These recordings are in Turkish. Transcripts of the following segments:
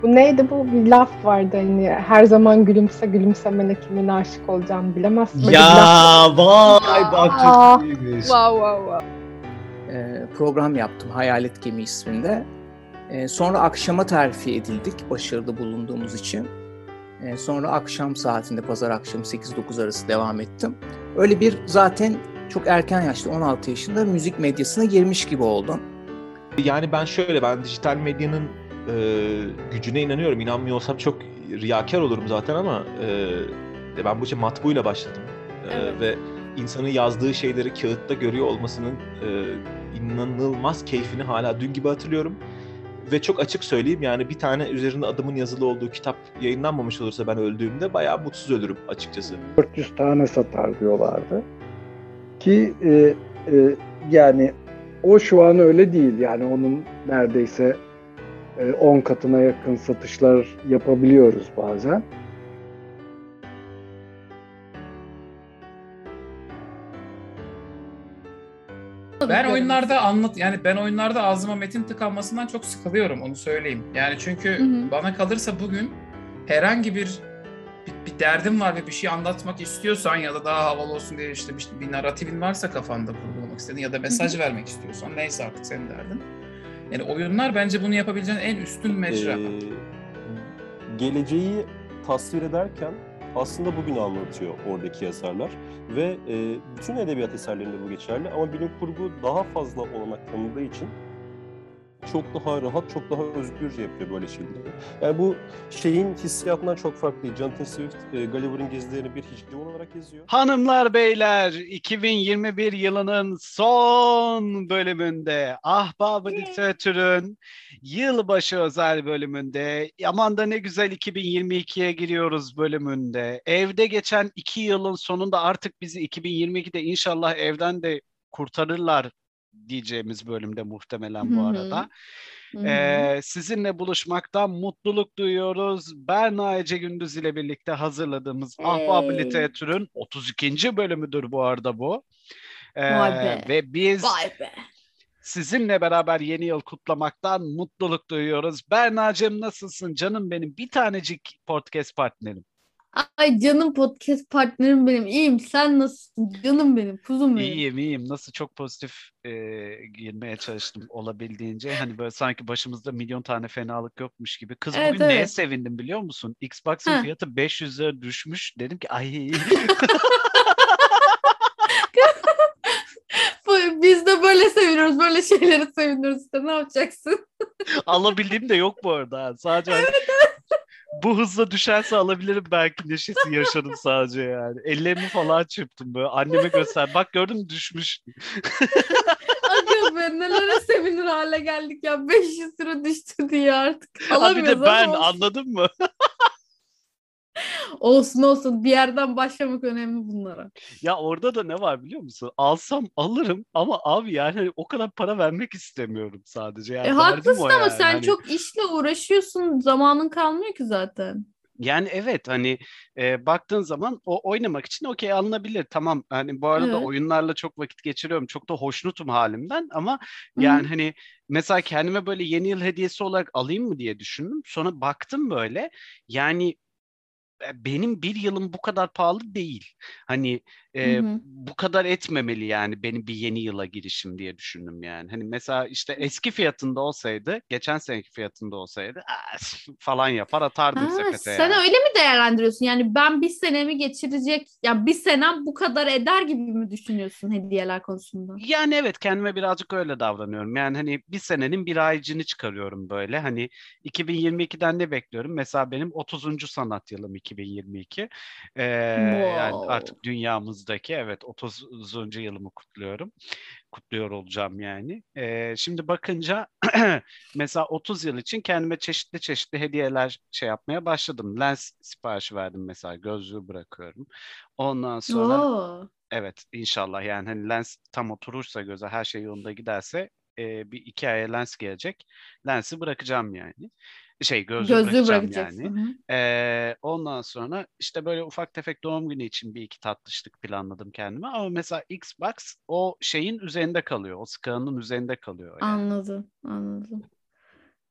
Bu neydi bu? Bir laf vardı hani her zaman gülümse gülümsemene kimin aşık olacağını bilemezsin. Böyle bir laf. Ya vay bak Aa, çok iyiymiş. wow. Program yaptım Hayalet Gemi isminde. Sonra akşama terfi edildik başarılı bulunduğumuz için. Sonra akşam saatinde pazar akşamı 8-9 arası devam ettim. Öyle bir zaten çok erken yaşta 16 yaşında müzik medyasına girmiş gibi oldum. Yani ben dijital medyanın gücüne inanıyorum. İnanmıyorsam çok riyakar olurum zaten ama ben bu işe matbuuyla başladım. Evet. Ve insanın yazdığı şeyleri kağıtta görüyor olmasının inanılmaz keyfini hala dün gibi hatırlıyorum. Ve çok açık söyleyeyim, yani bir tane üzerinde adımın yazılı olduğu kitap yayınlanmamış olursa ben öldüğümde bayağı mutsuz ölürüm açıkçası. 400 tane satar diyorlardı. Ki yani o şu an öyle değil. Yani onun neredeyse 10 katına yakın satışlar yapabiliyoruz bazen. Ben oyunlarda ağzıma metin tıkanmasından çok sıkılıyorum, onu söyleyeyim. Yani çünkü bana kalırsa bugün herhangi bir derdim var ve bir şey anlatmak istiyorsan ya da daha havalı olsun diye işte bir narratifin varsa kafanda kurgulamak istediğin ya da mesaj vermek istiyorsan, neyse artık senin derdin. Yani oyunlar bence bunu yapabileceğin en üstün mecra. Geleceği tasvir ederken aslında bugünü anlatıyor oradaki yazarlar ve bütün edebiyat eserlerinde bu geçerli ama bilim kurgu daha fazla olanak tanıdığı için çok daha rahat, çok daha özgürce yapıyor böyle şeyleri. Yani bu şeyin hissiyatından çok farklı. Jonathan Swift, Gulliver'ın Gezilerini bir hicve olarak yazıyor. Hanımlar beyler, 2021 yılının son bölümünde Ahbap Literatür'ün yılbaşı özel bölümünde, aman da ne güzel 2022'ye giriyoruz bölümünde, evde geçen 2 yılın sonunda artık bizi 2022'de inşallah evden de kurtarırlar diyeceğimiz bölümde muhtemelen bu arada. Sizinle buluşmaktan mutluluk duyuyoruz. Berna Ece Gündüz ile birlikte hazırladığımız Ahbap Literatür'ün 32. bölümüdür bu arada bu. Vay be. Ve biz Vay be. sizinle beraber yeni yıl kutlamaktan mutluluk duyuyoruz. Berna'cığım nasılsın? Canım benim, bir tanecik podcast partnerim. Ay canım podcast partnerim benim. İyiyim. Sen nasılsın? Canım benim. Kuzum benim. İyiyim. Nasıl çok pozitif girmeye çalıştım olabildiğince. Hani böyle sanki başımızda milyon tane fenalık yokmuş gibi. Kız Evet, bugün neye evet. sevindim biliyor musun? Xbox'ın fiyatı 500 lira düşmüş. Dedim ki ay. Biz de böyle seviniyoruz. Böyle şeyleri seviniyoruz işte. Ne yapacaksın? Alabildiğim de yok bu arada. Sadece hani bu hızla düşerse alabilirim belki neşesi yaşadım sadece yani. Ellerimi falan çırptım böyle. Anneme göster. Bak gördün mü, düşmüş. Aga be, nelere sevinir hale geldik ya. 500 lira düştü diye artık. Ha bir Alamıyoruz de ben, ama olsun. anladın mı? Olsun. Bir yerden başlamak önemli bunlara. Ya orada da ne var biliyor musun? Alsam alırım ama abi yani hani o kadar para vermek istemiyorum sadece. Yani derdim Haklısın o ama yani. sen Hani, çok işle uğraşıyorsun. Zamanın kalmıyor ki zaten. yani evet hani baktığın zaman o oynamak için okey, alınabilir. Tamam, hani bu arada Evet. oyunlarla çok vakit geçiriyorum. Çok da hoşnutum halimden ama Hı. yani hani mesela kendime böyle yeni yıl hediyesi olarak alayım mı diye düşündüm. Sonra baktım böyle, yani benim bir yılım bu kadar pahalı değil. Hani Hı. bu kadar etmemeli yani benim bir yeni yıla girişim diye düşündüm yani. Hani mesela işte eski fiyatında olsaydı, geçen seneki fiyatında olsaydı falan yapar atardım sepete Sen yani. öyle mi değerlendiriyorsun? Yani ben bir senemi geçirecek, ya bir senem bu kadar eder gibi mi düşünüyorsun hediyeler konusunda? Yani evet, kendime birazcık öyle davranıyorum. Yani hani bir senenin bir aycını çıkarıyorum böyle. Hani 2022'den ne bekliyorum? Mesela benim 30. sanat yılım 2022. Yani Wow. artık dünyamızdaki evet 30. yılımı kutluyorum. Kutluyor olacağım yani. Şimdi bakınca mesela 30 yıl için kendime çeşitli çeşitli hediyeler şey yapmaya başladım. Lens siparişi verdim mesela, gözlüğü bırakıyorum. Ondan sonra Oo. evet, inşallah yani hani lens tam oturursa göze, her şey yolunda giderse bir 2 aya lens gelecek. Lensi bırakacağım yani. Gözlüğü Gözlüğü bırakacağım bırakacaksın. yani. Hı. Ondan sonra işte böyle ufak tefek doğum günü için bir iki tatlışlık planladım kendime. Ama mesela Xbox o şeyin üzerinde kalıyor. O skala'nın üzerinde kalıyor yani. Anladım.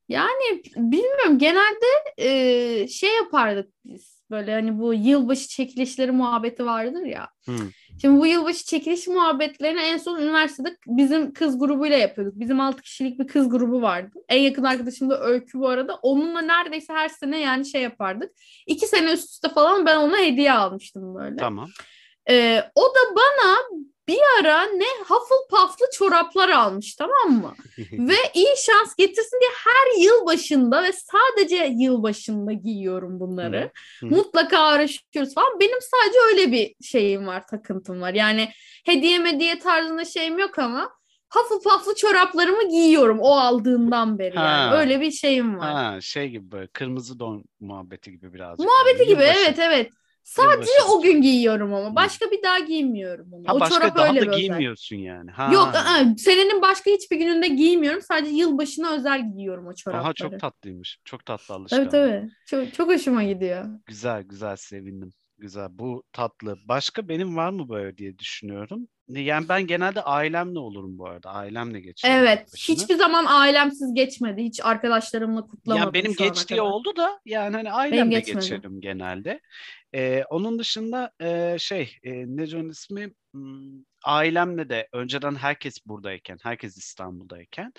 Yani bilmiyorum, genelde şey yapardık biz. Böyle hani bu yılbaşı çekilişleri muhabbeti vardır ya. Şimdi bu yılbaşı çekiliş muhabbetlerini en son üniversitede bizim kız grubuyla yapıyorduk. Bizim 6 kişilik bir kız grubu vardı. En yakın arkadaşım da Öykü bu arada. Onunla neredeyse her sene yani şey yapardık. 2 sene üst üste falan ben ona hediye almıştım böyle. Tamam. O da bana bir ara ne Hufflepuff'lı çoraplar almış, tamam mı? Ve iyi şans getirsin diye her yıl başında ve sadece yıl başında giyiyorum bunları. Mutlaka araştırıyoruz falan. Benim sadece öyle bir şeyim var, takıntım var. Yani hediye tarzında şeyim yok ama Hufflepuff'lı çoraplarımı giyiyorum o aldığından beri yani. Öyle bir şeyim var. Şey gibi böyle kırmızı don muhabbeti gibi birazcık. Muhabbeti gibi, Yılbaşı. evet. Sadece o gün giyiyorum ama. Başka bir daha giymiyorum onu. O başka çorap daha öyle da bir özel. giymiyorsun yani. Yok, senenin başka hiçbir gününde giymiyorum. Sadece yılbaşına özel giyiyorum o çorapları. Çok tatlıymış. Çok tatlı alışkanlık. Tabii. Çok hoşuma gidiyor. Güzel sevindim. Güzel. Bu tatlı. Başka benim var mı böyle diye düşünüyorum. Yani ben genelde ailemle olurum bu arada. Ailemle geçerim. Evet. Başını. Hiçbir zaman ailemsiz geçmedi. Hiç arkadaşlarımla kutlamadım yani benim şu ana geçtiği kadar. oldu da yani hani ailemle geçerim genelde. Onun dışında ne onun ismi? Ailemle de önceden herkes buradayken, herkes İstanbul'dayken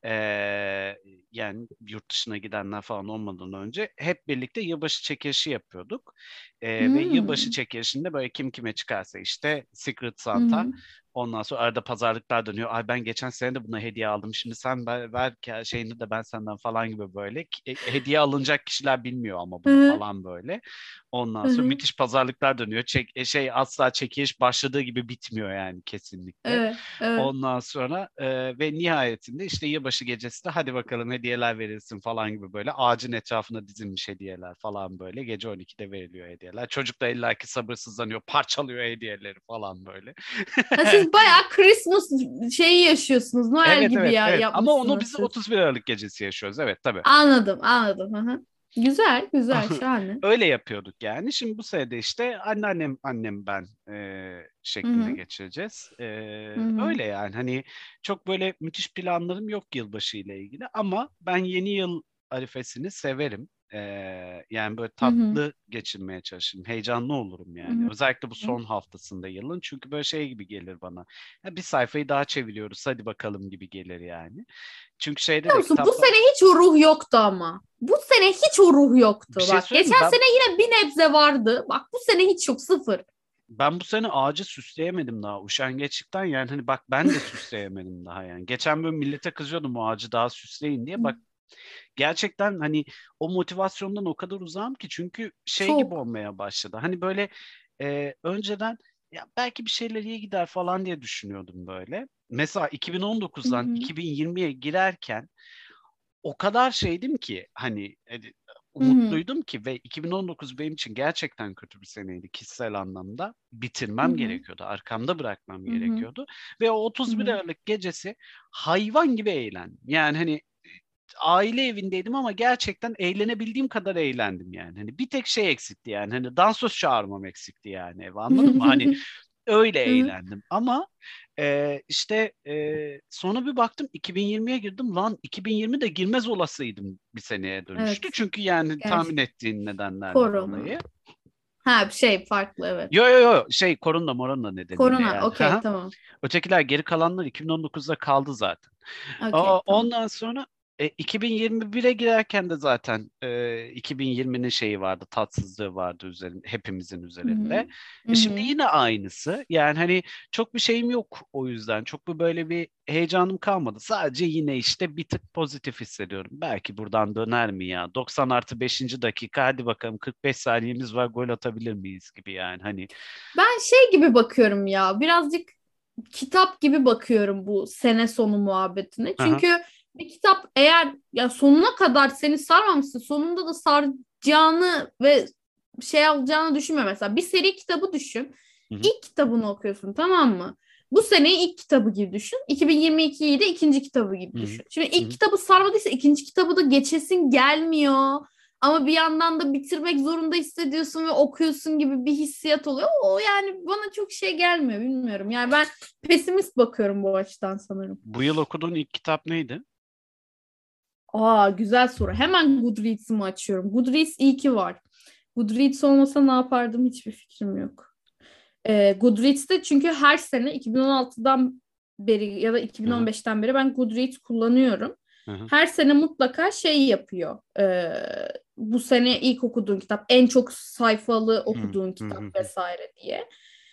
yani yurt dışına gidenler falan olmadan önce hep birlikte yılbaşı çekilişi yapıyorduk. Ve yılbaşı çekilişinde böyle kim kime çıkarsa işte Secret Santa. Ondan sonra arada pazarlıklar dönüyor. Ay ben geçen sene de buna hediye aldım. Şimdi sen ver şeyini de ben senden falan gibi böyle. Hediye alınacak kişiler bilmiyor ama bunu falan böyle. Ondan sonra müthiş pazarlıklar dönüyor. Asla çekiliş başladığı gibi bitmiyor yani kesinlikle. Evet. Ondan sonra ve nihayetinde işte yılbaşı gecesi de hadi bakalım hediyeler verilsin falan gibi böyle ağacın etrafına dizilmiş hediyeler falan böyle. Gece 12'de veriliyor hediyeler. Çocuk da illaki sabırsızlanıyor, parçalıyor hediyeleri falan böyle. Siz bayağı Christmas şeyi yaşıyorsunuz. Noel gibi evet. yapmışsınız. Ama onu biz 31 Aralık gecesi yaşıyoruz. Evet tabii. Anladım. Hı-hı. Güzel, şahane. Öyle yapıyorduk yani. Şimdi bu sene de işte annem ben şeklinde geçireceğiz. Öyle yani hani çok böyle müthiş planlarım yok yılbaşı ile ilgili ama ben yeni yıl arifesini severim. Yani böyle tatlı geçirmeye çalışırım. Heyecanlı olurum yani. Özellikle bu son haftasında yılın. Çünkü böyle şey gibi gelir bana. Ya bir sayfayı daha çeviriyoruz hadi bakalım gibi gelir yani. Çünkü şeyde de Bu sene hiç o ruh yoktu ama. Bu sene hiç o ruh yoktu. Bak geçen sene yine bir nebze vardı. Bak bu sene hiç yok, sıfır. Ben bu sene ağacı süsleyemedim daha üşengeçlikten yani hani bak ben de süsleyemedim daha yani. Geçen böyle millete kızıyordum o ağacı daha süsleyin diye bak gerçekten hani o motivasyondan o kadar uzağım ki çünkü gibi olmaya başladı. Hani böyle önceden ya belki bir şeyler iyi gider falan diye düşünüyordum böyle. Mesela 2019'dan 2020'ye girerken o kadar şeydim ki hani umutluydum ki ve 2019 benim için gerçekten kötü bir seneydi kişisel anlamda. Bitirmem gerekiyordu. Arkamda bırakmam gerekiyordu. Ve o 31 Aralık gecesi hayvan gibi eğlendim. Yani hani aile evindeydim ama gerçekten eğlenebildiğim kadar eğlendim yani. Hani bir tek şey eksikti yani. Hani dansöz çağırmam eksikti yani eve. Anladın mı? Hani öyle eğlendim ama sonra bir baktım 2020'ye girdim. Lan 2020'de girmez olasıydım bir seneye dönüştü. Evet. Çünkü yani tahmin ettiğin nedenlerle dolayı. Ha farklı evet. Yo korona nedeniyle korona, yani. Okey tamam. Ötekiler geri kalanlar 2019'da kaldı zaten. Okay, ondan sonra 2021'e girerken de zaten 2020'nin şeyi vardı, tatsızlığı vardı hepimizin üzerinde. Şimdi yine aynısı. Yani hani çok bir şeyim yok o yüzden. Çok böyle bir heyecanım kalmadı. Sadece yine işte bir tık pozitif hissediyorum. Belki buradan döner mi ya? 90+5. dakika hadi bakalım 45 saniyemiz var gol atabilir miyiz gibi yani hani. Ben gibi bakıyorum ya birazcık kitap gibi bakıyorum bu sene sonu muhabbetine. Çünkü bir kitap eğer ya sonuna kadar seni sarmamışsa sonunda da saracağını ve alacağını düşünmüyorum. Mesela bir seri kitabı düşün. İlk kitabını okuyorsun, tamam mı? Bu seneyi ilk kitabı gibi düşün. 2022'yi de ikinci kitabı gibi düşün. Şimdi ilk kitabı sarmadıysa ikinci kitabı da geçesin gelmiyor. Ama bir yandan da bitirmek zorunda hissediyorsun ve okuyorsun gibi bir hissiyat oluyor. O yani bana çok gelmiyor, bilmiyorum. Yani ben pesimist bakıyorum bu açıdan sanırım. Bu yıl okuduğun ilk kitap neydi? Güzel soru. Hemen Goodreads'imi açıyorum. Goodreads iyi ki var. Goodreads olmasa ne yapardım hiçbir fikrim yok. Goodreads'te çünkü her sene 2016'dan beri ya da 2015'ten beri ben Goodreads kullanıyorum. Hı-hı. Her sene mutlaka şey yapıyor. Bu sene ilk okuduğun kitap, en çok sayfalı okuduğun kitap vesaire diye.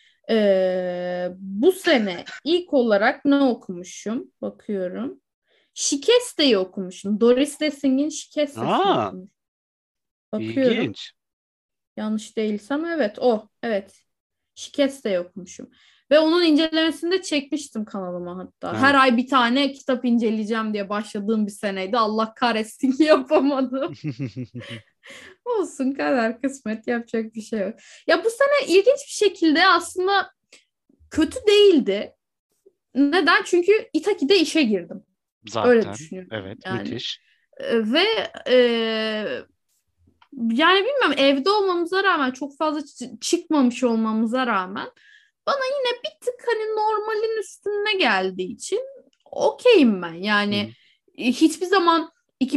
Bu sene ilk olarak ne okumuşum? Bakıyorum. Şikeste'yi okumuşum. Doris Lessing'in Şikeste'sini okumuşum. Bakıyorum. İlginç. Yanlış değilsem evet o. Evet. Şikeste'yi okumuşum. Ve onun incelemesini de çekmiştim kanalıma hatta. Evet. Her ay bir tane kitap inceleyeceğim diye başladığım bir seneydi. Allah kahretsin ki yapamadım. Olsun, kader kısmet, yapacak bir şey yok. Ya bu sene ilginç bir şekilde aslında kötü değildi. Neden? Çünkü Itaki'de işe girdim. Zaten. Öyle düşünüyorum. Evet, yani. müthiş. Ve yani bilmiyorum, evde olmamıza rağmen, çok fazla çıkmamış olmamıza rağmen bana yine bir tık hani normalin üstüne geldiği için okeyim ben. Yani hiçbir zaman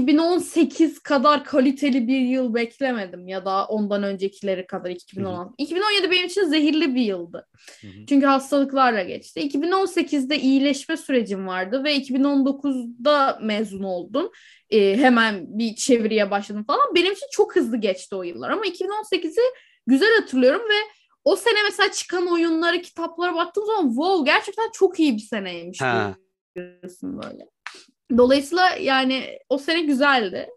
2018 kadar kaliteli bir yıl beklemedim ya da ondan öncekileri kadar 2016. 2017 benim için zehirli bir yıldı. Çünkü hastalıklarla geçti. 2018'de iyileşme sürecim vardı ve 2019'da mezun oldum. Hemen bir çeviriye başladım falan. Benim için çok hızlı geçti o yıllar ama 2018'i güzel hatırlıyorum ve o sene mesela çıkan oyunlara, kitaplara baktığım zaman wow, gerçekten çok iyi bir seneymiş. Böyle. Dolayısıyla yani o sene güzeldi.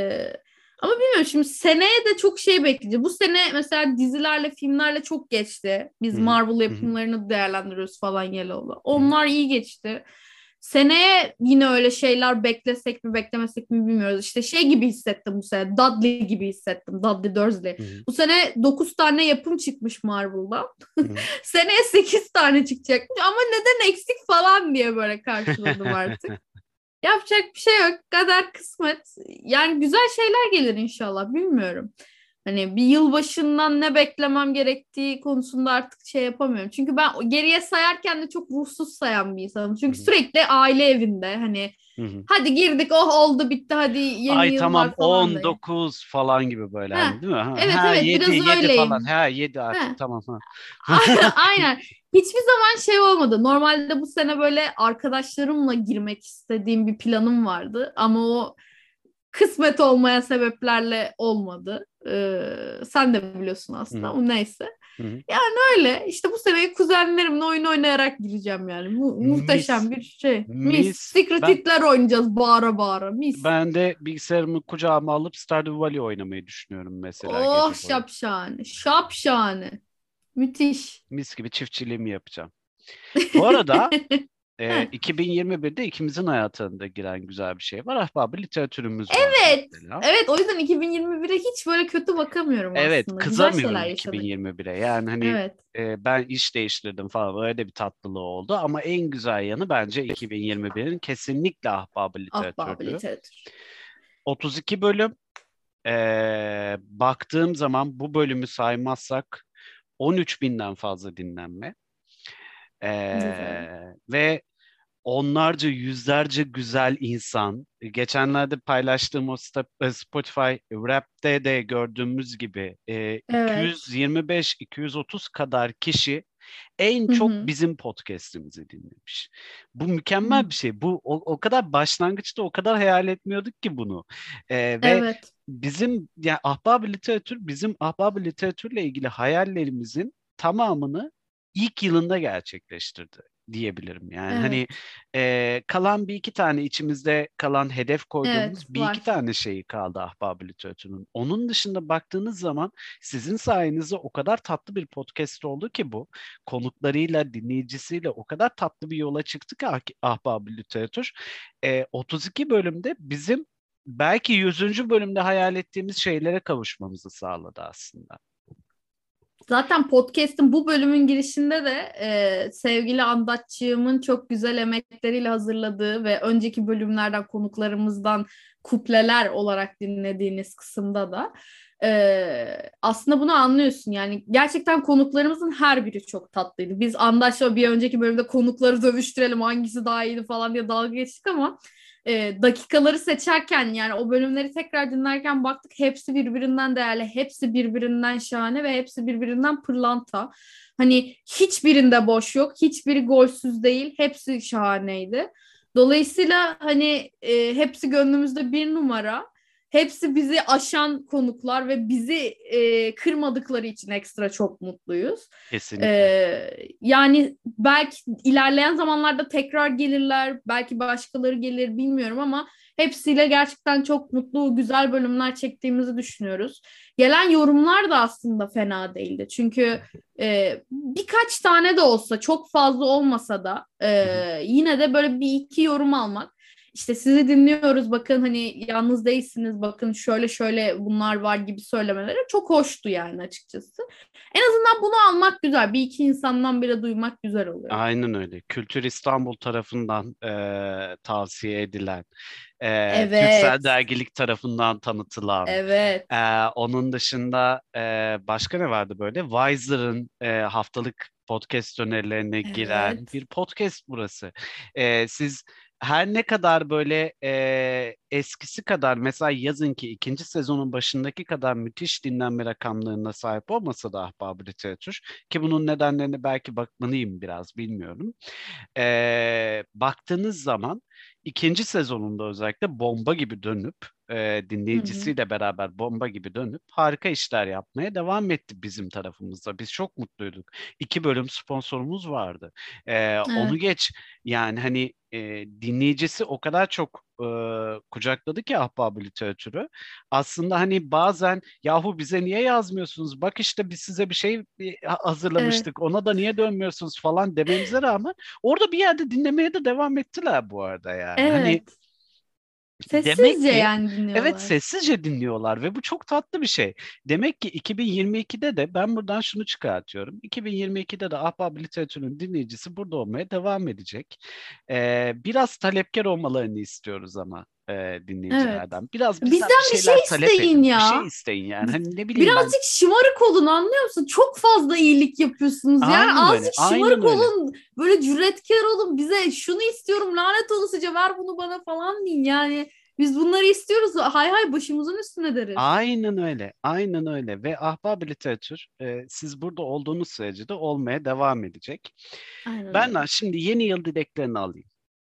Ama bilmiyorum, şimdi seneye de çok şey bekleyeceğim. Bu sene mesela dizilerle, filmlerle çok geçti. Biz Marvel yapımlarını değerlendiriyoruz falan Yellow'la. Onlar iyi geçti. Seneye yine öyle şeyler beklesek mi beklemesek mi bilmiyoruz. İşte şey gibi hissettim bu sene. Dudley gibi hissettim. Dudley Dursley. Bu sene 9 tane yapım çıkmış Marvel'da. Seneye 8 tane çıkacakmış. Ama neden eksik falan diye böyle karşıladım artık. Yapacak bir şey yok. Kader kısmet. Yani güzel şeyler gelir inşallah. Bilmiyorum. Hani bir yılbaşından ne beklemem gerektiği konusunda artık şey yapamıyorum. Çünkü ben geriye sayarken de çok ruhsuz sayan bir insanım. Çünkü sürekli aile evinde hani hadi girdik, oldu bitti, hadi yeni yıl tamam, var falan 19 diye. Falan gibi böyle hani, değil mi? Evet, 7, biraz 7 öyleyim. falan. 7 artık tamam. Aynen. Hiçbir zaman şey olmadı. Normalde bu sene böyle arkadaşlarımla girmek istediğim bir planım vardı. Ama o kısmet olmayan sebeplerle olmadı. Sen de biliyorsun aslında ama neyse. Yani öyle. İşte bu seneyi kuzenlerimle oyun oynayarak gireceğim yani. Muhteşem bir şey. Mis. Secret Hitler oynayacağız bağıra bağıra. Mis. Ben de bilgisayarımı kucağıma alıp Stardew Valley oynamayı düşünüyorum mesela. Şapşane. Şapşane. Müthiş. Mis gibi çiftçiliğimi yapacağım. Bu arada 2021'de ikimizin hayatında giren güzel bir şey var. Ahbabı literatürümüz var. Mesela. Evet, o yüzden 2021'e hiç böyle kötü bakamıyorum aslında. Evet, kızamıyorum 2021'e. Yani hani ben iş değiştirdim falan, öyle de bir tatlılığı oldu. Ama en güzel yanı bence 2021'in kesinlikle Ahbabı literatürü. 32 bölüm. Baktığım zaman bu bölümü saymazsak 13.000'den fazla dinlenme. Ve onlarca, yüzlerce güzel insan. Geçenlerde paylaştığım o Spotify Wrapp'te de gördüğümüz gibi 225-230 kadar kişi en çok bizim podcast'imizi dinlemiş. Bu mükemmel bir şey. Bu o kadar başlangıçta o kadar hayal etmiyorduk ki bunu. Ve bizim yani Ahbab-ı Literatür, bizim Ahbab-ı Literatür'le ilgili hayallerimizin tamamını ilk yılında gerçekleştirdi diyebilirim. Yani hani kalan bir iki tane içimizde kalan hedef koyduğumuz bir iki tane şeyi kaldı Ahbab-ı Literatür'ün. Onun dışında baktığınız zaman sizin sayenizde o kadar tatlı bir podcast oldu ki bu. Konuklarıyla, dinleyicisiyle o kadar tatlı bir yola çıktı ki Ahbab-ı Literatür. 32 bölümde bizim belki 100. bölümde hayal ettiğimiz şeylere kavuşmamızı sağladı aslında. Zaten podcast'ın bu bölümün girişinde de sevgili Andatçığımın çok güzel emekleriyle hazırladığı ve önceki bölümlerden konuklarımızdan kupleler olarak dinlediğiniz kısımda da aslında bunu anlıyorsun. Yani gerçekten konuklarımızın her biri çok tatlıydı. Biz Andaş'la bir önceki bölümde konukları dövüştürelim hangisi daha iyiydi falan diye dalga geçtik ama dakikaları seçerken yani o bölümleri tekrar dinlerken baktık hepsi birbirinden değerli, hepsi birbirinden şahane ve hepsi birbirinden pırlanta. Hani hiçbirinde boş yok, hiçbiri golsüz değil, hepsi şahaneydi. Dolayısıyla hani hepsi gönlümüzde bir numara. Hepsi bizi aşan konuklar ve bizi kırmadıkları için ekstra çok mutluyuz. Kesinlikle. Yani belki ilerleyen zamanlarda tekrar gelirler, belki başkaları gelir bilmiyorum ama hepsiyle gerçekten çok mutlu, güzel bölümler çektiğimizi düşünüyoruz. Gelen yorumlar da aslında fena değildi. Çünkü birkaç tane de olsa, çok fazla olmasa da yine de böyle bir iki yorum almak. İşte sizi dinliyoruz, bakın hani yalnız değilsiniz, bakın şöyle şöyle bunlar var gibi söylemeleri çok hoştu yani açıkçası. En azından bunu almak güzel. Bir iki insandan bile duymak güzel oluyor. Aynen öyle. Kültür İstanbul tarafından tavsiye edilen, Evet. Türksel Dergilik tarafından tanıtılan. Evet. Onun dışında başka ne vardı böyle? Wiser'ın haftalık podcast önerilerine giren bir podcast burası. Siz her ne kadar böyle eskisi kadar mesela yazın ki ikinci sezonun başındaki kadar müthiş dinlenme rakamlarına sahip olmasa da Ahbap Literatür ki bunun nedenlerini belki bakmalıyım biraz bilmiyorum. Baktığınız zaman ikinci sezonunda özellikle bomba gibi dönüp dinleyicisiyle beraber bomba gibi dönüp harika işler yapmaya devam etti bizim tarafımızda. Biz çok mutluyduk. 2 bölüm sponsorumuz vardı. Onu geç yani hani dinleyicisi o kadar çok kucakladı ki Ahbap Literatürü. Aslında hani bazen yahu bize niye yazmıyorsunuz? Bak işte biz size bir şey hazırlamıştık. Ona da niye dönmüyorsunuz falan dememize rağmen orada bir yerde dinlemeye de devam ettiler bu arada yani. Evet. Hani sessizce demek ki, yani dinliyorlar. Evet sessizce dinliyorlar ve bu çok tatlı bir şey. Demek ki 2022'de de ben buradan şunu çıkartıyorum. 2022'de de Ahbap Literatür'ün dinleyicisi burada olmaya devam edecek. Biraz talepkar olmalarını istiyoruz ama dinleyicilerden. Biraz bizden bir şeyler talep isteyin edin. ya. Bir şey isteyin yani. Hani ne bileyim birazcık şımarık olun anlıyor musun? Çok fazla iyilik yapıyorsunuz. Yani Aynen öyle, azıcık aynen şımarık öyle. olun. Böyle cüretkar olun. Bize şunu istiyorum lanet olasıca ver bunu bana falan deyin. Yani biz bunları istiyoruz. Hay hay başımızın üstüne deriz. Aynen öyle. Aynen öyle. Ve Ahbap Literatür siz burada olduğunuz sürece de olmaya devam edecek. Aynen Ben öyle. şimdi yeni yıl dileklerini alayım.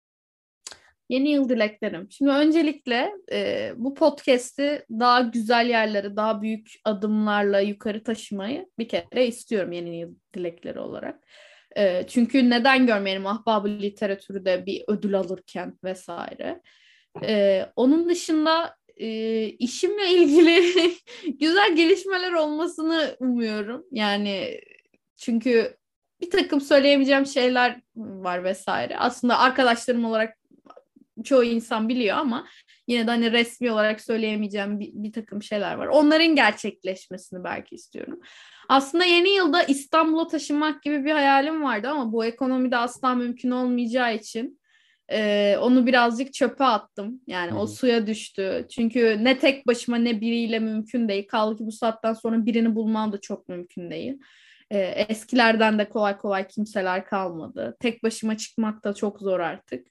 Yeni yıl dileklerim. Şimdi öncelikle bu podcast'i daha güzel yerlere, daha büyük adımlarla yukarı taşımayı bir kere istiyorum yeni yıl dilekleri olarak. Çünkü neden görmeyelim Ahbap-ı Literatürü de bir ödül alırken vesaire. Onun dışında işimle ilgili güzel gelişmeler olmasını umuyorum. Yani çünkü bir takım söyleyemeyeceğim şeyler var vesaire. Aslında arkadaşlarım olarak çoğu insan biliyor ama yine de hani resmi olarak söyleyemeyeceğim bir takım şeyler var. Onların gerçekleşmesini belki istiyorum. Aslında yeni yılda İstanbul'a taşınmak gibi bir hayalim vardı ama bu ekonomide asla mümkün olmayacağı için onu birazcık çöpe attım. Yani o suya düştü. Çünkü ne tek başıma ne biriyle mümkün değil. Kaldı ki bu saatten sonra birini bulmam da çok mümkün değil. Eskilerden de kolay kolay kimseler kalmadı. Tek başıma çıkmak da çok zor artık.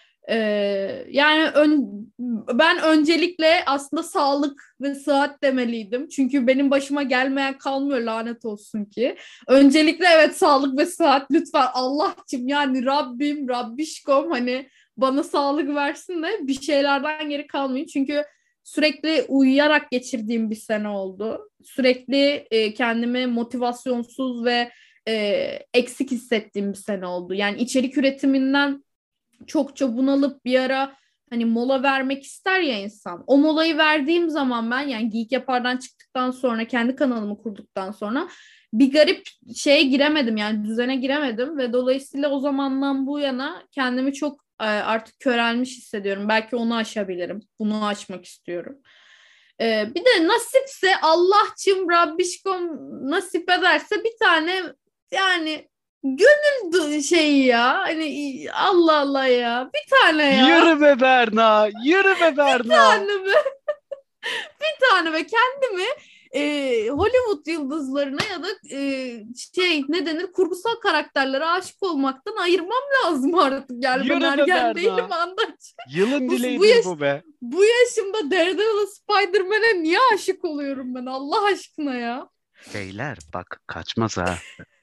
Yani ben öncelikle aslında sağlık ve sıhhat demeliydim. Çünkü benim başıma gelmeyen kalmıyor lanet olsun ki. Öncelikle evet sağlık ve sıhhat lütfen Allah'cığım yani Rabbim, Rabbişkom hani bana sağlık versin de bir şeylerden geri kalmayayım. Çünkü sürekli uyuyarak geçirdiğim bir sene oldu. Sürekli kendimi motivasyonsuz ve eksik hissettiğim bir sene oldu. Yani içerik üretiminden çokça bunalıp bir ara hani mola vermek ister ya insan. O molayı verdiğim zaman ben yani Geek Yapar'dan çıktıktan sonra kendi kanalımı kurduktan sonra bir garip şeye giremedim yani düzene giremedim ve dolayısıyla o zamandan bu yana kendimi çok artık körelmiş hissediyorum. Belki onu aşabilirim. Bunu aşmak istiyorum. Bir de nasipse Allah'cığım Rabbişkom nasip ederse bir tane yani gönül şeyi ya. Hani Allah Allah ya. Bir tane ya. Yürü be Berna. Yürü be Berna. Bir tane be. Bir tane be. Kendimi Hollywood yıldızlarına ya da ne denir, kurgusal karakterlere aşık olmaktan ayırmam lazım artık. Yani ben Yürü be ergen Berna. değilim Andaç. Yılın Bu dileğidir bu be. Bu yaşımda Daredevil'a, Spider-Man'e niye aşık oluyorum ben Allah aşkına ya? Beyler bak kaçmaz ha.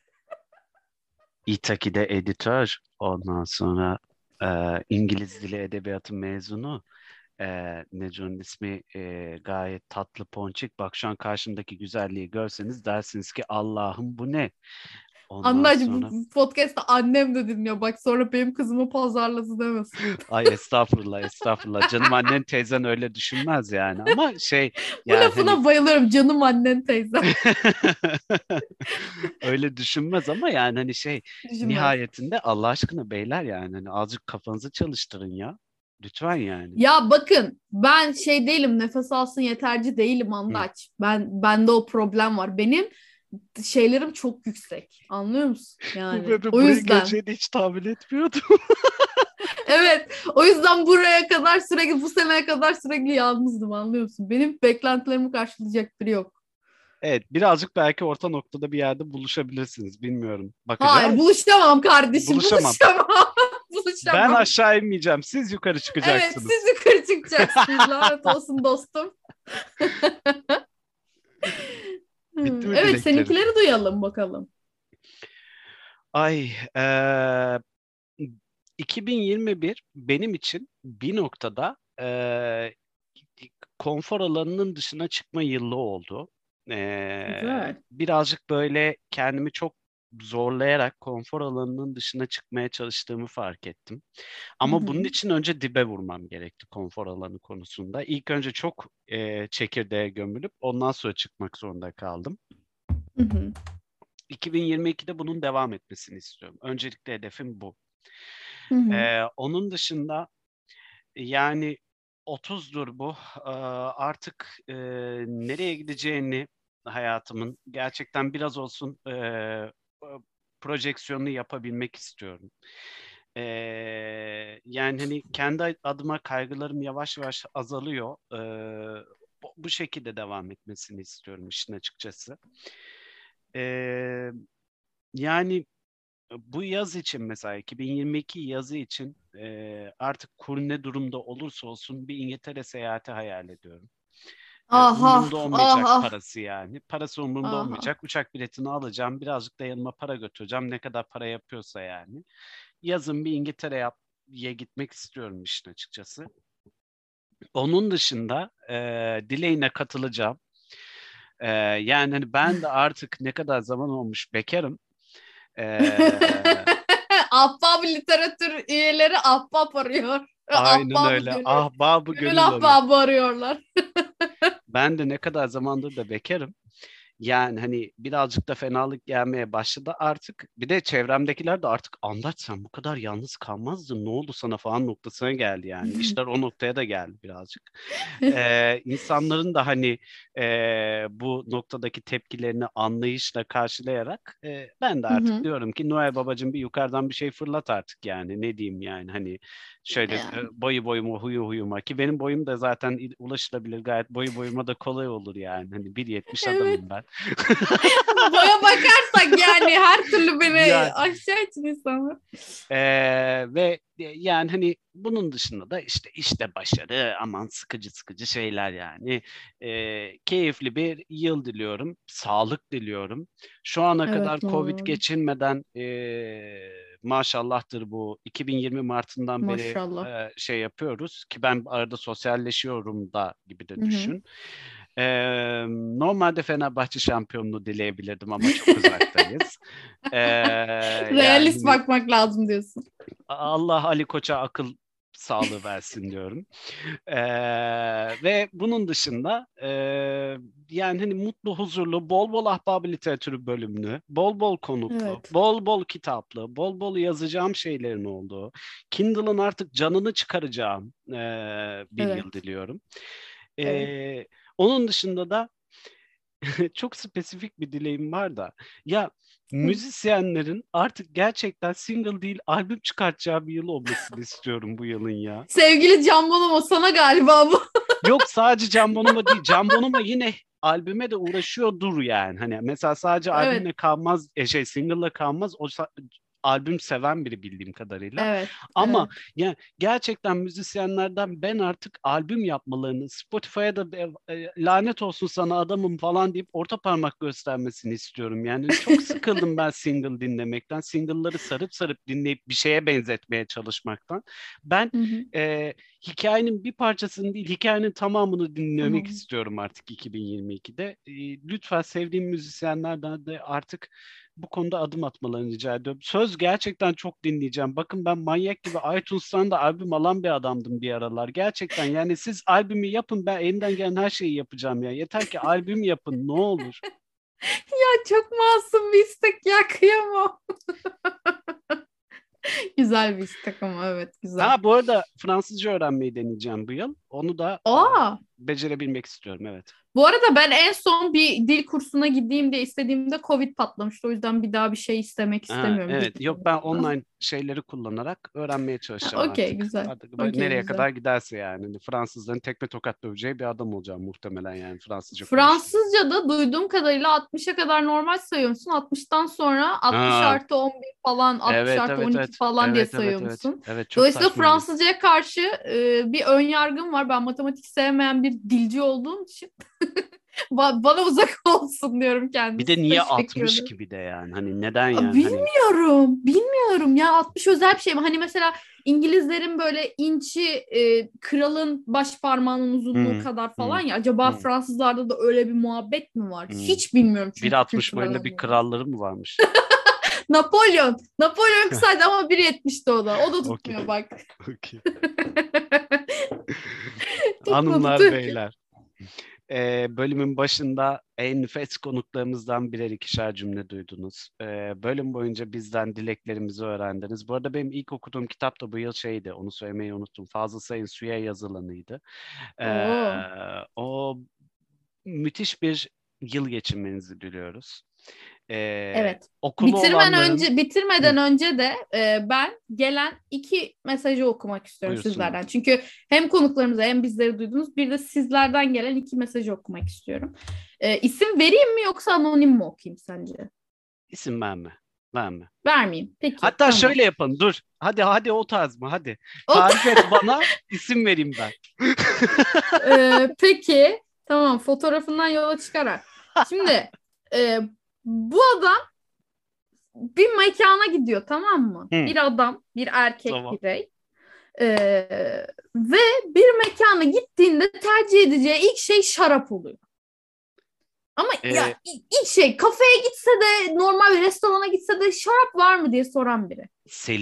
İtaki'de editör, ondan sonra İngiliz Dili Edebiyatı mezunu. Neco'nun ismi gayet tatlı, ponçik. Bak şu an karşımdaki güzelliği görseniz dersiniz ki Allah'ım bu ne? Ondan Anneciğim sonra... bu podcast'ta annem de dinliyor. Bak sonra benim kızımı pazarladı demesin. Ay estağfurullah, estağfurullah. Canım annen teyzen öyle düşünmez yani. Ama Bu lafına bayılıyorum. Canım annen teyzem. öyle düşünmez ama yani hani Düşünmez. nihayetinde Allah aşkına beyler yani hani azıcık kafanızı çalıştırın ya. Lütfen yani. Ya bakın ben değilim, nefes alsın yeterci değilim Andaç. Bende o problem var. Benim şeylerim çok yüksek. Anlıyor musun? Yani o yüzden. Hiç tahmin etmiyordum. Evet. O yüzden buraya kadar sürekli, bu seneye kadar sürekli yalnızdım, anlıyor musun? Benim beklentilerimi karşılayacak biri yok. Evet, birazcık belki orta noktada bir yerde buluşabilirsiniz. Bilmiyorum. Bakacağız. Hayır, buluşamam kardeşim. Buluşamam. Ben aşağı inmeyeceğim. Siz yukarı Evet, çıkacaksınız. siz yukarı çıkacaksınız. Lanet olsun dostum. Bitti mi Evet, dileklerin? seninkileri duyalım bakalım. Ay, 2021 benim için bir noktada konfor alanının dışına çıkma yılı oldu. Güzel. Birazcık böyle kendimi çok zorlayarak konfor alanının dışına çıkmaya çalıştığımı fark ettim. Ama bunun için önce dibe vurmam gerekti konfor alanı konusunda. İlk önce çok çekirdeğe gömülüp ondan sonra çıkmak zorunda kaldım. 2022'de bunun devam etmesini istiyorum. Öncelikle hedefim bu. Onun dışında yani 30'dur bu. Artık nereye gideceğini hayatımın gerçekten biraz olsun projeksiyonunu yapabilmek istiyorum. Yani hani kendi adıma kaygılarım yavaş yavaş azalıyor. Bu şekilde devam etmesini istiyorum işin açıkçası. Yani bu yaz için mesela 2022 yazı için artık kur ne durumda olursa olsun bir İngiltere seyahati hayal ediyorum. Umurumda olmayacak parası yani. Parası umurumda olmayacak. Uçak biletini alacağım. Birazcık da yanıma para götüreceğim. Ne kadar para yapıyorsa yani. Yazın bir İngiltere'ye gitmek istiyorum işin açıkçası. Onun dışında dileğine katılacağım. Yani hani ben de artık ne kadar zaman olmuş bekarım. Ahbap literatür üyeleri ahbap arıyor. Aynen ahbabı öyle. Gönül. Ahbabı gönül Gönül ahbabı arıyorlar. Ben de ne kadar zamandır da bekarım. Yani hani birazcık da fenalık gelmeye başladı artık. Bir de çevremdekiler de artık Andaç sen bu kadar yalnız kalmazdın. Ne oldu sana falan noktasına geldi yani. İşler o noktaya da geldi birazcık. İnsanların da hani bu noktadaki tepkilerini anlayışla karşılayarak ben de artık diyorum ki Noel babacığım bir yukarıdan bir şey fırlat artık yani. Ne diyeyim yani hani şöyle boyu boyuma huyu huyuma ki benim boyum da zaten ulaşılabilir gayet boyu boyuma da kolay olur yani. Hani 1.70 adamım ben. Boya bakarsak yani her türlü beni aşağı için insanlar. Ve yani hani bunun dışında da işte başarı aman sıkıcı şeyler yani. Keyifli bir yıl diliyorum. Sağlık diliyorum. Şu ana kadar Covid geçirmeden maşallahdır bu 2020 Mart'ından beri yapıyoruz ki ben arada sosyalleşiyorum da gibi de düşün. Normalde Fenerbahçe şampiyonluğu dileyebilirdim ama çok uzaktayız. Realist bakmak lazım diyorsun. Allah Ali Koç'a akıl sağlığı versin diyorum. Ve bunun dışında yani hani mutlu, huzurlu, bol bol ahbap literatürü bölümlü, bol bol konuklu, bol bol kitaplı, bol bol yazacağım şeylerin olduğu, Kindle'ın artık canını çıkaracağım bir yıl diliyorum. Onun dışında da çok spesifik bir dileğim var da. Ya müzisyenlerin artık gerçekten single değil albüm çıkartacağı bir yıl olmasını istiyorum bu yılın ya. Sevgili Can Bonomo, sana galiba bu. Yok, sadece Can Bonomo değil. Can Bonomo yine albüme de uğraşıyordur yani. Hani mesela sadece Evet. albümle kalmaz, single'la kalmaz. O albüm seven biri bildiğim kadarıyla. Evet. Ama ya gerçekten müzisyenlerden ben artık albüm yapmalarını, Spotify'a da lanet olsun sana adamım falan deyip orta parmak göstermesini istiyorum. Yani çok sıkıldım ben single dinlemekten. Single'ları sarıp dinleyip bir şeye benzetmeye çalışmaktan. Ben hikayenin bir parçasını değil, hikayenin tamamını dinlemek istiyorum artık 2022'de. Lütfen sevdiğim müzisyenlerden de artık bu konuda adım atmalarını rica ediyorum. Söz gerçekten çok dinleyeceğim. Bakın ben manyak gibi iTunes'tan da albüm alan bir adamdım bir aralar. Gerçekten yani siz albümü yapın, ben elimden gelen her şeyi yapacağım ya. Yeter ki albüm yapın, ne olur. Ya çok masum bir istek ya, kıyamam. Güzel bir istek ama evet, güzel. Ha, bu arada Fransızca öğrenmeyi deneyeceğim bu yıl. Onu da becerebilmek istiyorum, evet. Bu arada ben en son bir dil kursuna gideyim diye istediğimde Covid patlamıştı. O yüzden bir daha bir şey istemek istemiyorum. Evet, yok ben online şeyleri kullanarak öğrenmeye çalışacağım Okey, artık. güzel. Artık Okay, nereye güzel. kadar giderse yani. Hani Fransızların tekme tokat döveceği bir adam olacağım muhtemelen yani Fransızca. Fransızca'da duyduğum kadarıyla 60'a kadar normal sayıyormuşsun. 60'tan sonra 60 artı 11 falan, 60 artı 12 falan diye sayıyormuşsun. Evet, Dolayısıyla Fransızca'ya karşı bir ön yargım var. Ben matematik sevmeyen bir dilci olduğum için bana uzak olsun diyorum kendisi. Bir de niye 60 gibi de yani? Hani neden yani? Bilmiyorum ya, 60 özel bir şey mi? Hani mesela İngilizlerin böyle inçi kralın baş parmağının uzunluğu kadar falan ya. Acaba Fransızlarda da öyle bir muhabbet mi var? Hiç bilmiyorum çünkü. 1.60 boyunda bir kralları mı varmış? Napolyon kısaydı ama 1.70'ti o da. O da tutmuyor bak. Hanımlar, beyler. Bölümün başında en nefes konuklarımızdan birer ikişer cümle duydunuz. Bölüm boyunca bizden dileklerimizi öğrendiniz. Bu arada benim ilk okuduğum kitap da bu yıl şeydi. Onu söylemeyi unuttum. Fazıl Say'ın Suya Yazılanı'ydı. O müthiş bir yıl geçirmenizi diliyoruz. Evet. Bitirmeden önce de ben gelen 2 mesajı okumak istiyorum. Buyursun. Sizlerden. Çünkü hem konuklarımıza hem bizleri duydunuz. Bir de sizlerden gelen 2 mesajı okumak istiyorum. İsim vereyim mi yoksa anonim mi okuyayım sence? İsim verme. Vermeyeyim. Peki. Hatta tamam. şöyle yapın. Dur. Hadi o tarz mı? Hadi. Tarif et bana, isim vereyim ben. Peki. Tamam. Fotoğrafından yola çıkarak. Şimdi bu adam bir mekana gidiyor, tamam mı? Bir adam, bir erkek birey. Ve bir mekana gittiğinde tercih edeceği ilk şey şarap oluyor. Ama ya ilk şey, kafeye gitse de, normal bir restorana gitse de şarap var mı diye soran biri.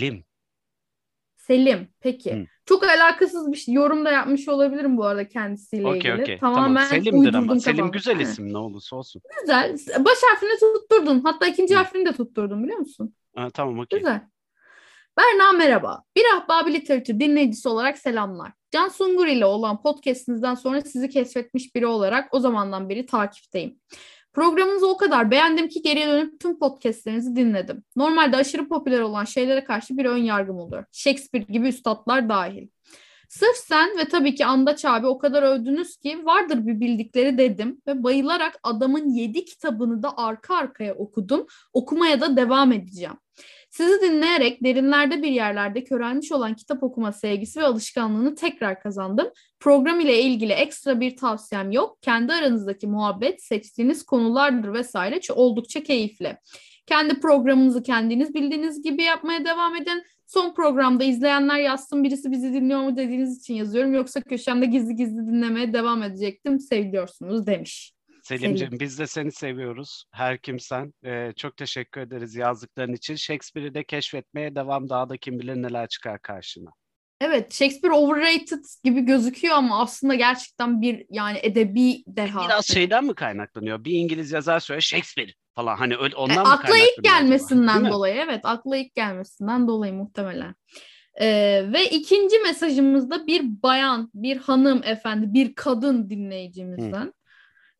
Selim. Peki. Çok alakasız bir yorum da yapmış olabilirim bu arada kendisiyle ilgili. Tamamen Selim'dir ama. uydurdum Selim kafamda. güzel isim, ne olursa olsun. Güzel. Baş harfini tutturdun. Hatta ikinci harfini de tutturdun, biliyor musun? Tamam, okey. Güzel. Berna merhaba. Bir Ahbabi Literatür dinleyicisi olarak selamlar. Can Sungur ile olan podcastinizden sonra sizi keşfetmiş biri olarak o zamandan beri takipteyim. Programınızı o kadar beğendim ki geriye dönüp tüm podcastlerinizi dinledim. Normalde aşırı popüler olan şeylere karşı bir ön yargım oluyor. Shakespeare gibi üstatlar dahil. Sırf sen ve tabii ki Andaç abi o kadar övdünüz ki vardır bir bildikleri dedim ve bayılarak adamın 7 kitabını da arka arkaya okudum. Okumaya da devam edeceğim. Sizi dinleyerek derinlerde bir yerlerde körelmiş olan kitap okuma sevgisi ve alışkanlığını tekrar kazandım. Program ile ilgili ekstra bir tavsiyem yok. Kendi aranızdaki muhabbet, seçtiğiniz konulardır vesaire oldukça keyifli. Kendi programınızı kendiniz bildiğiniz gibi yapmaya devam edin. Son programda izleyenler yazsın, birisi bizi dinliyor mu dediğiniz için yazıyorum. Yoksa köşemde gizli gizli dinlemeye devam edecektim. Seviliyorsunuz demiş. Selim'ciğim, biz de seni seviyoruz. Her kimsen. Çok teşekkür ederiz yazdıkların için. Shakespeare'i de keşfetmeye devam. Daha da kim bilir neler çıkar karşına. Evet, Shakespeare overrated gibi gözüküyor ama aslında gerçekten bir yani edebi deha. Biraz şeyden mi kaynaklanıyor? Bir İngiliz yazar söylüyor Shakespeare falan. Hani öyle ondan mı kaynaklanıyor? Akla ilk gelmesinden acaba? dolayı. Evet, akla ilk gelmesinden dolayı muhtemelen. Ve ikinci mesajımızda bir bayan, bir hanım efendi, bir kadın dinleyicimizden.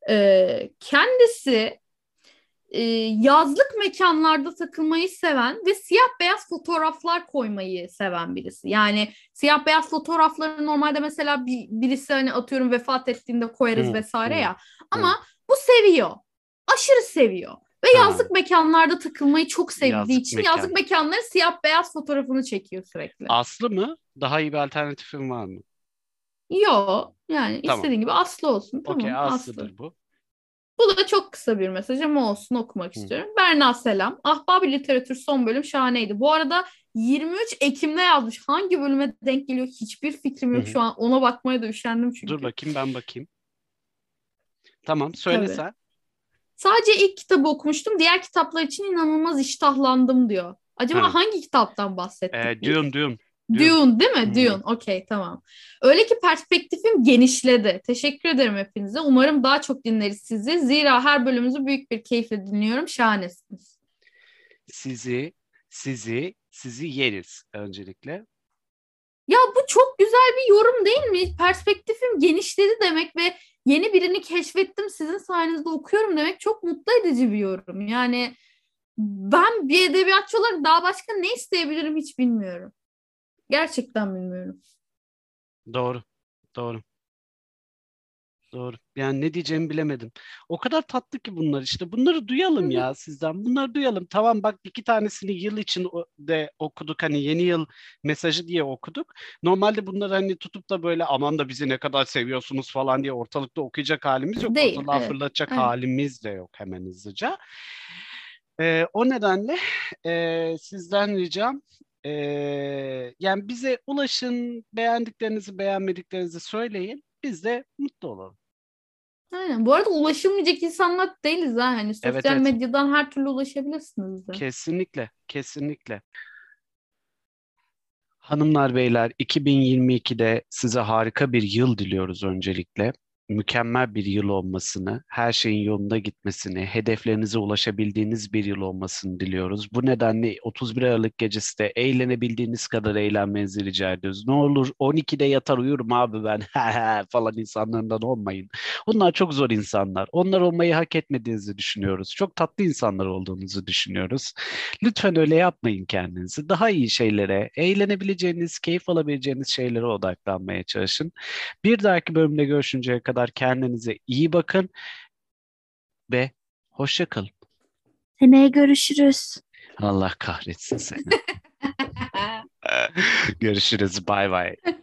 Kendisi yazlık mekanlarda takılmayı seven ve siyah beyaz fotoğraflar koymayı seven birisi. Yani siyah beyaz fotoğrafları normalde mesela birisi hani atıyorum vefat ettiğinde koyarız vesaire ya. Ama bu seviyor. Aşırı seviyor. Ve yazlık mekanlarda takılmayı çok sevdiği için yazlık mekanların siyah beyaz fotoğrafını çekiyor sürekli. Aslı mı? Daha iyi bir alternatifin var mı? Yok. Yani istediğin gibi Aslı olsun. Tamam, Okey, Aslı'dır bu. Bu da çok kısa bir mesaj ama olsun, okumak istiyorum. Berna selam. Ahbab-ı Literatür son bölüm şahaneydi. Bu arada 23 Ekim'de yazmış. Hangi bölüme denk geliyor hiçbir fikrim yok şu an. Ona bakmaya da üşendim çünkü. Dur bakayım, ben bakayım. Tamam, söyle sen. Sadece ilk kitabı okumuştum. Diğer kitaplar için inanılmaz iştahlandım diyor. Acaba hangi kitaptan bahsettik? Dune. Dune değil mi? Dune. Okey, tamam. Öyle ki perspektifim genişledi. Teşekkür ederim hepinize. Umarım daha çok dinleriz sizi. Zira her bölümümüzü büyük bir keyifle dinliyorum. Şahanesiniz. Sizi yeriz öncelikle. Ya bu çok güzel bir yorum değil mi? Perspektifim genişledi demek ve yeni birini keşfettim, sizin sayenizde okuyorum demek çok mutlu edici bir yorum. Yani ben bir edebiyatçı olarak daha başka ne isteyebilirim hiç bilmiyorum. Gerçekten bilmiyorum. Doğru. Yani ne diyeceğimi bilemedim. O kadar tatlı ki bunlar işte. Bunları duyalım ya sizden. Bunları duyalım. Tamam bak, 2 tanesini yıl için de okuduk. Hani yeni yıl mesajı diye okuduk. Normalde bunları hani tutup da böyle aman da bizi ne kadar seviyorsunuz falan diye ortalıkta okuyacak halimiz yok. Değil, ortalığa fırlatacak halimiz de yok hemen hızlıca. O nedenle sizden ricam yani bize ulaşın, beğendiklerinizi beğenmediklerinizi söyleyin. Biz de mutlu olalım. Aynen. Bu arada ulaşılmayacak insanlar değiliz ha. Hani sosyal medyadan her türlü ulaşabilirsiniz de. Kesinlikle. Hanımlar beyler, 2022'de size harika bir yıl diliyoruz öncelikle. Mükemmel bir yıl olmasını, her şeyin yolunda gitmesini, hedeflerinize ulaşabildiğiniz bir yıl olmasını diliyoruz. Bu nedenle 31 Aralık gecesi de eğlenebildiğiniz kadar eğlenmenizi rica ediyoruz. Ne olur 12'de yatar uyurum abi ben falan insanlarından olmayın. Onlar çok zor insanlar. Onlar olmayı hak etmediğinizi düşünüyoruz. Çok tatlı insanlar olduğunuzu düşünüyoruz. Lütfen öyle yapmayın kendinizi. Daha iyi şeylere, eğlenebileceğiniz, keyif alabileceğiniz şeylere odaklanmaya çalışın. Bir dahaki bölümde görüşünceye kadar kendinize iyi bakın ve hoşça kalın. Seneye görüşürüz. Allah kahretsin seni. Görüşürüz. Bay bay.